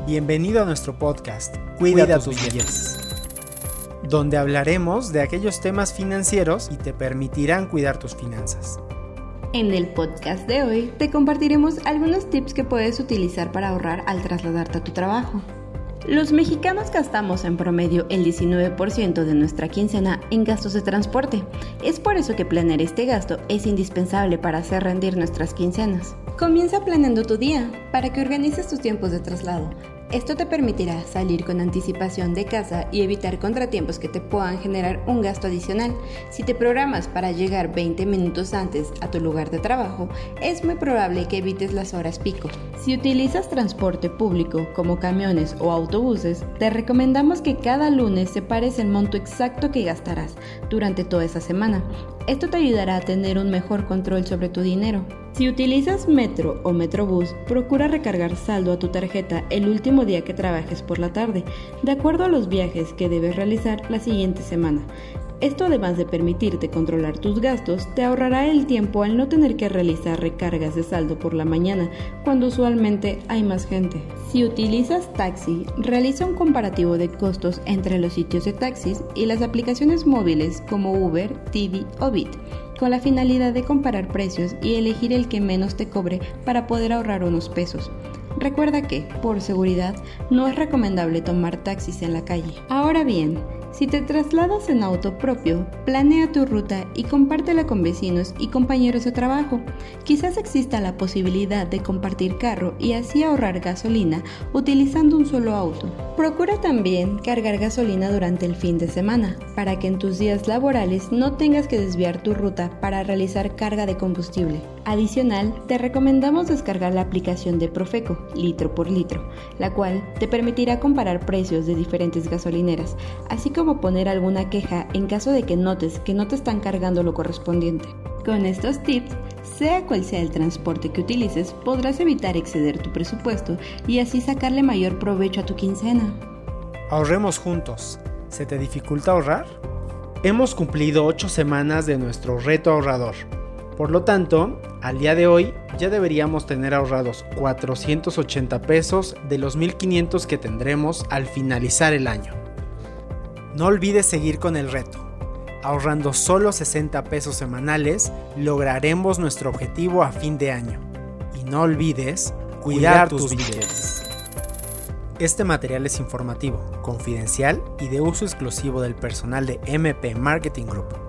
Bienvenido a nuestro podcast Cuida tus billetes, donde hablaremos de aquellos temas financieros y te permitirán cuidar tus finanzas. En el podcast de hoy te compartiremos algunos tips que puedes utilizar para ahorrar al trasladarte a tu trabajo. Los mexicanos gastamos en promedio el 19% de nuestra quincena en gastos de transporte. Es por eso que planear este gasto es indispensable para hacer rendir nuestras quincenas. Comienza planeando tu día para que organices tus tiempos de traslado. Esto te permitirá salir con anticipación de casa y evitar contratiempos que te puedan generar un gasto adicional. Si te programas para llegar 20 minutos antes a tu lugar de trabajo, es muy probable que evites las horas pico. Si utilizas transporte público como camiones o autobuses, te recomendamos que cada lunes separes el monto exacto que gastarás durante toda esa semana. Esto te ayudará a tener un mejor control sobre tu dinero. Si utilizas metro o metrobús, procura recargar saldo a tu tarjeta el último día que trabajes por la tarde, de acuerdo a los viajes que debes realizar la siguiente semana. Esto, además de permitirte controlar tus gastos, te ahorrará el tiempo al no tener que realizar recargas de saldo por la mañana, cuando usualmente hay más gente. Si utilizas taxi, realiza un comparativo de costos entre los sitios de taxis y las aplicaciones móviles como Uber, Didi o Bit, con la finalidad de comparar precios y elegir el que menos te cobre para poder ahorrar unos pesos. Recuerda que, por seguridad, no es recomendable tomar taxis en la calle. Ahora bien, si te trasladas en auto propio, planea tu ruta y compártela con vecinos y compañeros de trabajo. Quizás exista la posibilidad de compartir carro y así ahorrar gasolina utilizando un solo auto. Procura también cargar gasolina durante el fin de semana, para que en tus días laborales no tengas que desviar tu ruta para realizar carga de combustible. Adicional, te recomendamos descargar la aplicación de Profeco, litro por litro, la cual te permitirá comparar precios de diferentes gasolineras, así como poner alguna queja en caso de que notes que no te están cargando lo correspondiente. Con estos tips, sea cual sea el transporte que utilices, podrás evitar exceder tu presupuesto y así sacarle mayor provecho a tu quincena. Ahorremos juntos. ¿Se te dificulta ahorrar? Hemos cumplido 8 semanas de nuestro reto ahorrador. Por lo tanto, al día de hoy ya deberíamos tener ahorrados 480 pesos de los 1,500 que tendremos al finalizar el año. No olvides seguir con el reto. Ahorrando solo 60 pesos semanales, lograremos nuestro objetivo a fin de año. Y no olvides cuidar tus billetes. Este material es informativo, confidencial y de uso exclusivo del personal de MP Marketing Group.